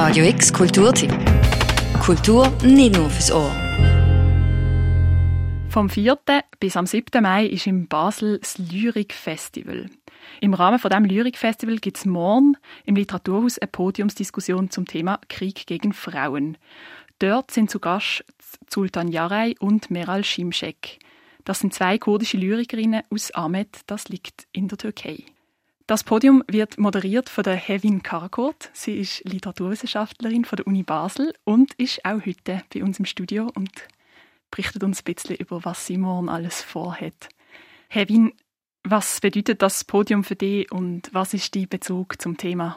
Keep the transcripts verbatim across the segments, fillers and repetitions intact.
Radio X Kulturtipp. Kultur nicht nur fürs Ohr. Vom vierten bis am siebten Mai ist in Basel das Lyrik-Festival. Im Rahmen von diesem Lyrik-Festival gibt es morgen im Literaturhaus eine Podiumsdiskussion zum Thema Krieg gegen Frauen. Dort sind zu Gast Sultan Yaray und Meral Şimşek. Das sind zwei kurdische Lyrikerinnen aus Ahmet, das liegt in der Türkei. Das Podium wird moderiert von der Hevin Karakurt. Sie ist Literaturwissenschaftlerin von der Uni Basel und ist auch heute bei uns im Studio und berichtet uns ein bisschen über, was sie morgen alles vorhat. Hevin, was bedeutet das Podium für dich und was ist dein Bezug zum Thema?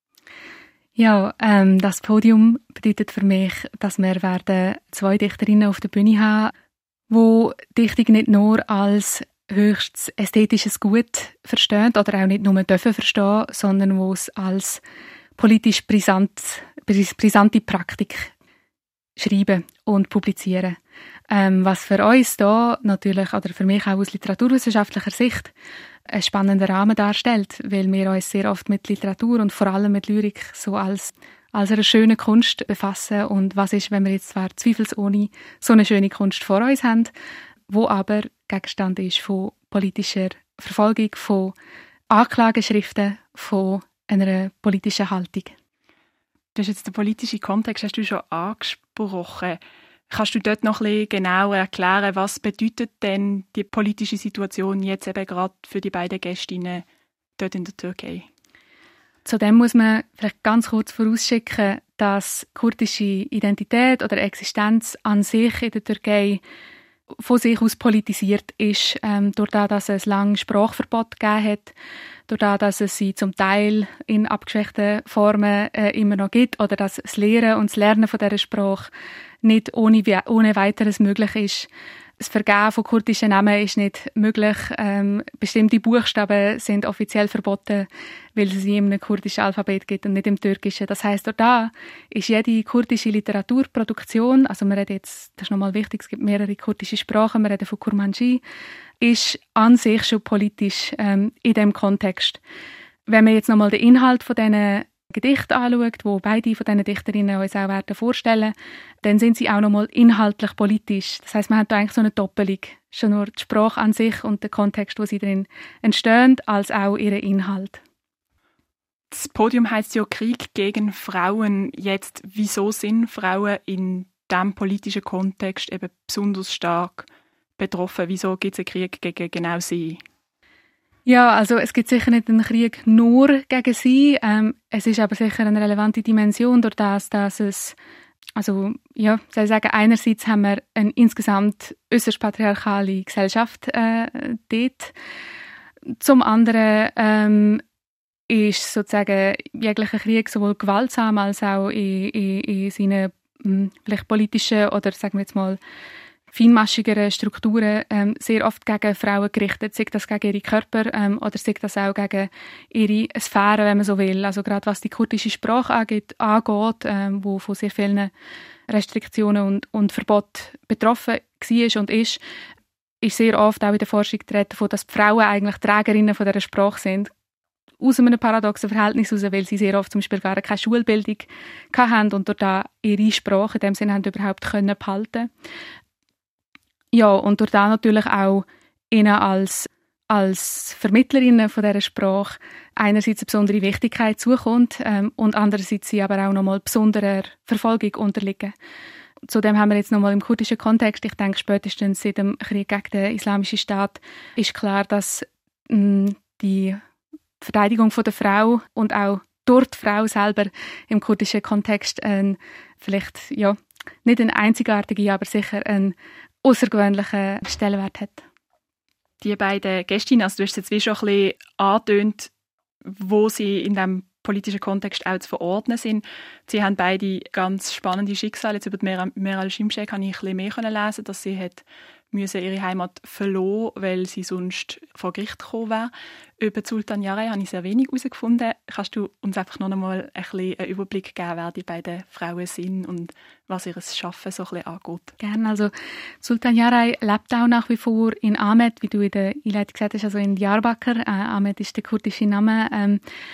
Ja, ähm, das Podium bedeutet für mich, dass wir werden zwei Dichterinnen auf der Bühne haben, wo Dichtung nicht nur als höchst ästhetisches Gut verstehen oder auch nicht nur dürfen verstehen, sondern wo es als politisch brisant, brisante Praktik schreiben und publizieren. Ähm, was für uns da natürlich, oder für mich auch aus literaturwissenschaftlicher Sicht, einen spannenden Rahmen darstellt, weil wir uns sehr oft mit Literatur und vor allem mit Lyrik so als, als eine schöne Kunst befassen. Und was ist, wenn wir jetzt zwar zweifelsohne so eine schöne Kunst vor uns haben, wo aber Gegenstand ist von politischer Verfolgung, von Anklageschriften, von einer politischen Haltung. Du hast jetzt den politischen Kontext hast du schon angesprochen. Kannst du dort noch ein bisschen genauer erklären, was bedeutet denn die politische Situation jetzt eben gerade für die beiden Gästinnen dort in der Türkei? Zudem muss man vielleicht ganz kurz vorausschicken, dass kurdische Identität oder Existenz an sich in der Türkei von sich aus politisiert ist, ähm, durch das, dass es lange Sprachverbot gegeben hat, durch das, dass es sie zum Teil in abgeschwächten Formen äh, immer noch gibt oder dass das Lehren und das Lernen von dieser Sprache nicht ohne, ohne weiteres möglich ist. Das Vergeben von kurdischen Namen ist nicht möglich. Ähm, bestimmte Buchstaben sind offiziell verboten, weil es sie im kurdischen Alphabet gibt und nicht im türkischen. Das heisst, auch da ist jede kurdische Literaturproduktion, also wir reden jetzt, das ist nochmal wichtig, es gibt mehrere kurdische Sprachen, wir reden von Kurmanji, ist an sich schon politisch ähm, in diesem Kontext. Wenn man jetzt nochmal den Inhalt von diesen Gedichte anschaut, wo beide von diesen Dichterinnen uns auch werden vorstellen, dann sind sie auch nochmal inhaltlich politisch. Das heisst, man hat da eigentlich so eine Doppelung. Schon nur die Sprache an sich und der Kontext, wo sie drin entstehen, als auch ihren Inhalt. Das Podium heisst ja Krieg gegen Frauen. Jetzt, wieso sind Frauen in diesem politischen Kontext eben besonders stark betroffen? Wieso gibt es einen Krieg gegen genau sie? Ja, also es gibt sicher nicht einen Krieg nur gegen sie. Ähm, es ist aber sicher eine relevante Dimension durch das, dass es, also ja, soll ich sagen, einerseits haben wir eine insgesamt äußerst patriarchale Gesellschaft äh, dort. Zum anderen ähm, ist sozusagen jeglicher Krieg sowohl gewaltsam als auch in, in, in seinen mh, vielleicht politischen oder sagen wir jetzt mal feinmaschigere Strukturen ähm, sehr oft gegen Frauen gerichtet, sei das gegen ihre Körper ähm, oder sei das auch gegen ihre Sphären, wenn man so will. Also gerade was die kurdische Sprache angeht, angeht ähm, wo von sehr vielen Restriktionen und, und Verboten betroffen war und ist, ist sehr oft auch in der Forschung die Rede davon, dass die Frauen eigentlich Trägerinnen von dieser Sprache sind. Aus einem paradoxen Verhältnis heraus, weil sie sehr oft zum Beispiel gar keine Schulbildung hatten und durch das ihre Sprache in dem Sinne haben überhaupt können behalten. Ja, und durch das natürlich auch ihnen als, als Vermittlerinnen von dieser Sprache einerseits eine besondere Wichtigkeit zukommt ähm, und andererseits sie aber auch nochmal besonderer Verfolgung unterliegen. Zudem haben wir jetzt nochmal im kurdischen Kontext, ich denke spätestens seit dem Krieg gegen den Islamischen Staat, ist klar, dass mh, die Verteidigung von der Frau und auch durch die Frau selber im kurdischen Kontext äh, vielleicht ja, nicht eine einzigartige, aber sicher ein außergewöhnlichen Stellenwert hat. Die beiden Gästinnen, also du hast es jetzt wie schon ein bisschen angetönt, wo sie in diesem politischen Kontext auch zu verordnen sind. Sie haben beide ganz spannende Schicksale. Jetzt über Meral, Meral Şimşek habe ich ein bisschen mehr lesen, dass sie hat müssen ihre Heimat verloren, weil sie sonst vor Gericht gekommen wäre. Über Sultan Yaray habe ich sehr wenig herausgefunden. Kannst du uns einfach noch einmal ein bisschen einen Überblick geben, wer die beiden Frauen sind und was ihr Schaffen so ein bisschen angeht? Gerne. Also Sultan Yaray lebt auch nach wie vor in Ahmet, wie du in der Einleitung gesagt hast, also in Diyarbakır. Äh, Ahmet ist der kurdische Name. Ähm,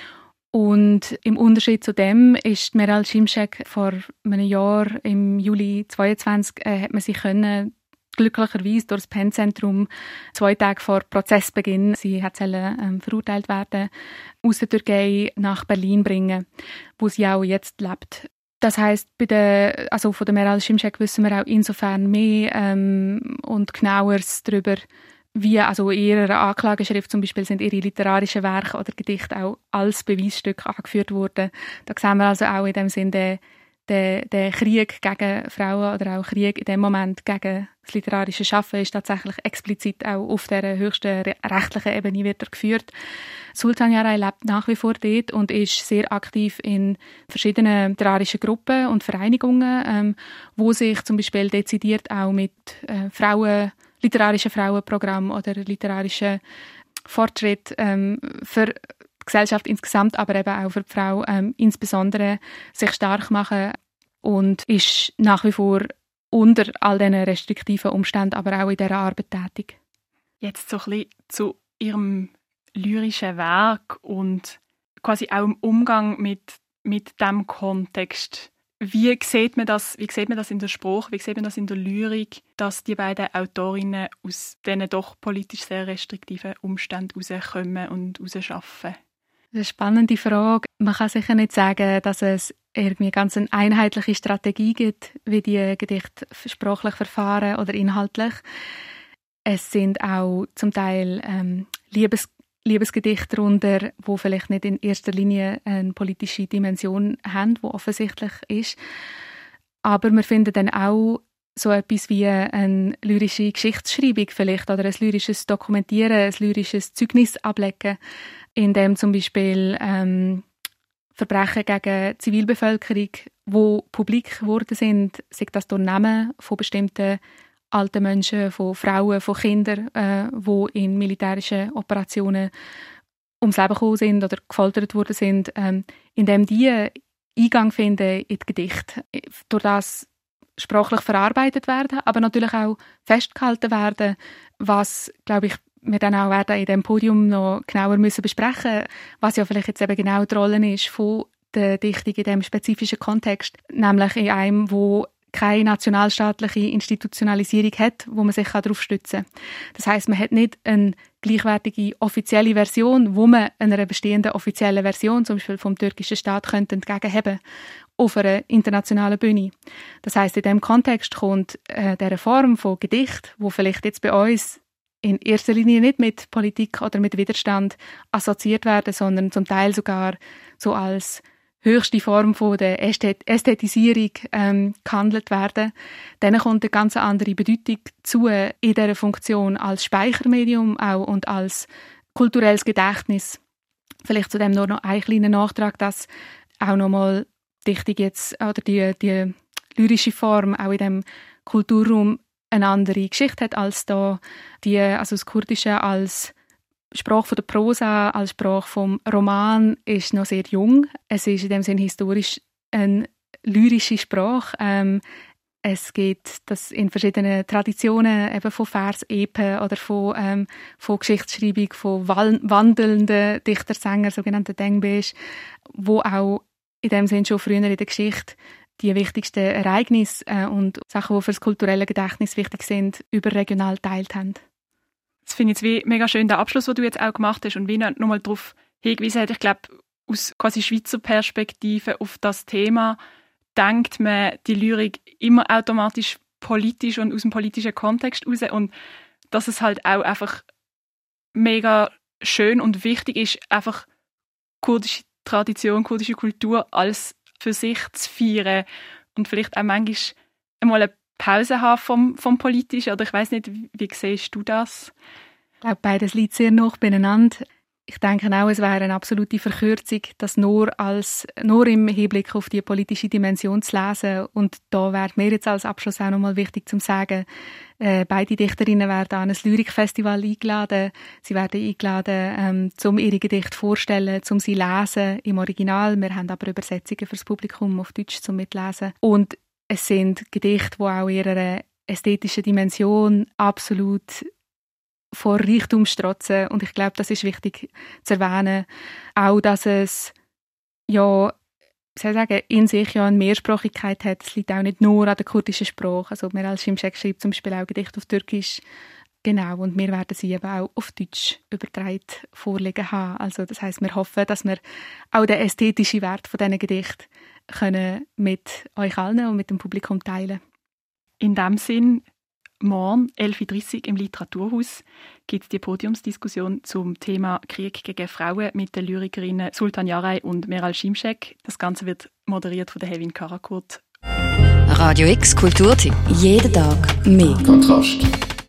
Und im Unterschied zu dem ist Meral Şimşek vor einem Jahr, im Juli zweitausendzweiundzwanzig, äh, hat man sich können, glücklicherweise durch das Penn-Zentrum zwei Tage vor Prozessbeginn, sie hat ähm, verurteilt werden, aus der Türkei nach Berlin bringen, wo sie auch jetzt lebt. Das heisst, bei der, also von der Meral Şimşek wissen wir auch insofern mehr ähm, und genaueres darüber, wie, also in ihrer Anklageschrift zum Beispiel sind ihre literarischen Werke oder Gedichte auch als Beweisstück angeführt worden. Da sehen wir also auch in dem Sinne den, den Krieg gegen Frauen oder auch Krieg in dem Moment gegen das literarische Schaffen ist tatsächlich explizit auch auf der höchsten rechtlichen Ebene wird er geführt. Sultan Yaray lebt nach wie vor dort und ist sehr aktiv in verschiedenen literarischen Gruppen und Vereinigungen, ähm, wo sich zum Beispiel dezidiert auch mit äh, Frauen literarische Frauenprogramm oder literarische Fortschritt ähm, für die Gesellschaft insgesamt, aber eben auch für die Frau ähm, insbesondere sich stark machen und ist nach wie vor unter all diesen restriktiven Umständen, aber auch in dieser Arbeit tätig. Jetzt so ein bisschen zu Ihrem lyrischen Werk und quasi auch im Umgang mit, mit diesem Kontext. Wie sieht man das, wie sieht man das in der Sprache, wie sieht man das in der Lyrik, dass die beiden Autorinnen aus diesen doch politisch sehr restriktiven Umständen rauskommen und rausschaffen? Das ist eine spannende Frage. Man kann sicher nicht sagen, dass es irgendwie ganz eine einheitliche Strategie gibt, wie die Gedichte sprachlich verfahren oder inhaltlich. Es sind auch zum Teil ähm, Liebes Liebesgedichte darunter, die vielleicht nicht in erster Linie eine politische Dimension haben, die offensichtlich ist. Aber wir finden dann auch so etwas wie eine lyrische Geschichtsschreibung vielleicht oder ein lyrisches Dokumentieren, ein lyrisches Zeugnis ablegen, in dem zum Beispiel ähm, Verbrechen gegen die Zivilbevölkerung, die publik geworden sind, sei das durch Namen von bestimmten alten Menschen, von Frauen, von Kindern, äh, die in militärischen Operationen ums Leben gekommen sind oder gefoltert worden sind, ähm, indem die Eingang finden in die Gedichte. Durch das sprachlich verarbeitet werden, aber natürlich auch festgehalten werden, was, glaube ich, wir dann auch werden in diesem Podium noch genauer müssen besprechen, was ja vielleicht jetzt eben genau die Rolle ist von der Dichtung in diesem spezifischen Kontext, nämlich in einem, wo keine nationalstaatliche Institutionalisierung hat, wo man sich darauf stützen kann. Das heisst, man hat nicht eine gleichwertige offizielle Version, wo man einer bestehenden offiziellen Version, zum Beispiel vom türkischen Staat, könnte entgegenheben auf einer internationalen Bühne. Das heisst, in diesem Kontext kommt äh, diese Form von Gedicht, wo vielleicht jetzt bei uns in erster Linie nicht mit Politik oder mit Widerstand assoziiert werden, sondern zum Teil sogar so als höchste Form von der Ästhetisierung ähm, gehandelt werden. Dann kommt eine ganz andere Bedeutung zu in dieser Funktion als Speichermedium auch und als kulturelles Gedächtnis. Vielleicht zu dem nur noch ein kleiner Nachtrag, dass auch nochmal Dichtung jetzt oder die, die lyrische Form auch in dem Kulturraum eine andere Geschichte hat als da die, also das Kurdische als Sprache von der Prosa, als Sprache vom Roman ist noch sehr jung. Es ist in dem Sinn historisch eine lyrische Sprache. Ähm, es gibt das in verschiedenen Traditionen eben von Versepen oder von, ähm, von Geschichtsschreibung, von wandelnden Dichtersängern, sogenannten Dengbes, wo auch in dem Sinn schon früher in der Geschichte die wichtigsten Ereignisse äh, und Sachen, die für das kulturelle Gedächtnis wichtig sind, überregional geteilt haben. Das finde ich jetzt wie mega schön, der Abschluss, den du jetzt auch gemacht hast und wie noch mal darauf hingewiesen hat. Ich glaube, aus quasi Schweizer Perspektive auf das Thema denkt man die Lyrik immer automatisch politisch und aus dem politischen Kontext raus und dass es halt auch einfach mega schön und wichtig ist, einfach kurdische Tradition, kurdische Kultur als für sich zu feiern und vielleicht auch manchmal einmal eine Pause haben vom, vom Politischen. Oder ich weiss nicht, wie, wie siehst du das? Ich glaube, beides liegt sehr nah beieinander. Ich denke auch, es wäre eine absolute Verkürzung, das nur, als, nur im Hinblick auf die politische Dimension zu lesen. Und da wäre mir jetzt als Abschluss auch nochmal wichtig zu sagen, äh, beide Dichterinnen werden an ein Lyrikfestival eingeladen. Sie werden eingeladen, ähm, um ihre Gedichte vorstellen, um sie lesen im Original. Wir haben aber Übersetzungen fürs Publikum auf Deutsch zum Mitlesen. Und es sind Gedichte, die auch ihrer ästhetischen Dimension absolut vor Reichtum strotzen. Und ich glaube, das ist wichtig zu erwähnen. Auch, dass es ja, soll ich sagen, in sich ja eine Mehrsprachigkeit hat. Es liegt auch nicht nur an der kurdischen Sprache. Also Meral Şimşek schreibt zum Beispiel auch Gedichte auf Türkisch. Genau, und wir werden sie eben auch auf Deutsch übertragen vorliegen haben. Also das heisst, wir hoffen, dass wir auch den ästhetischen Wert von diesen Gedichten können mit euch allen und mit dem Publikum teilen. In diesem Sinn, morgen, elf Uhr dreißig im Literaturhaus, gibt es die Podiumsdiskussion zum Thema Krieg gegen Frauen mit den Lyrikerinnen Sultan Yaray und Meral Şimşek. Das Ganze wird moderiert von der Hevin Karakurt. Radio X Kulturtipp. Jeden Tag mehr. Kontrast.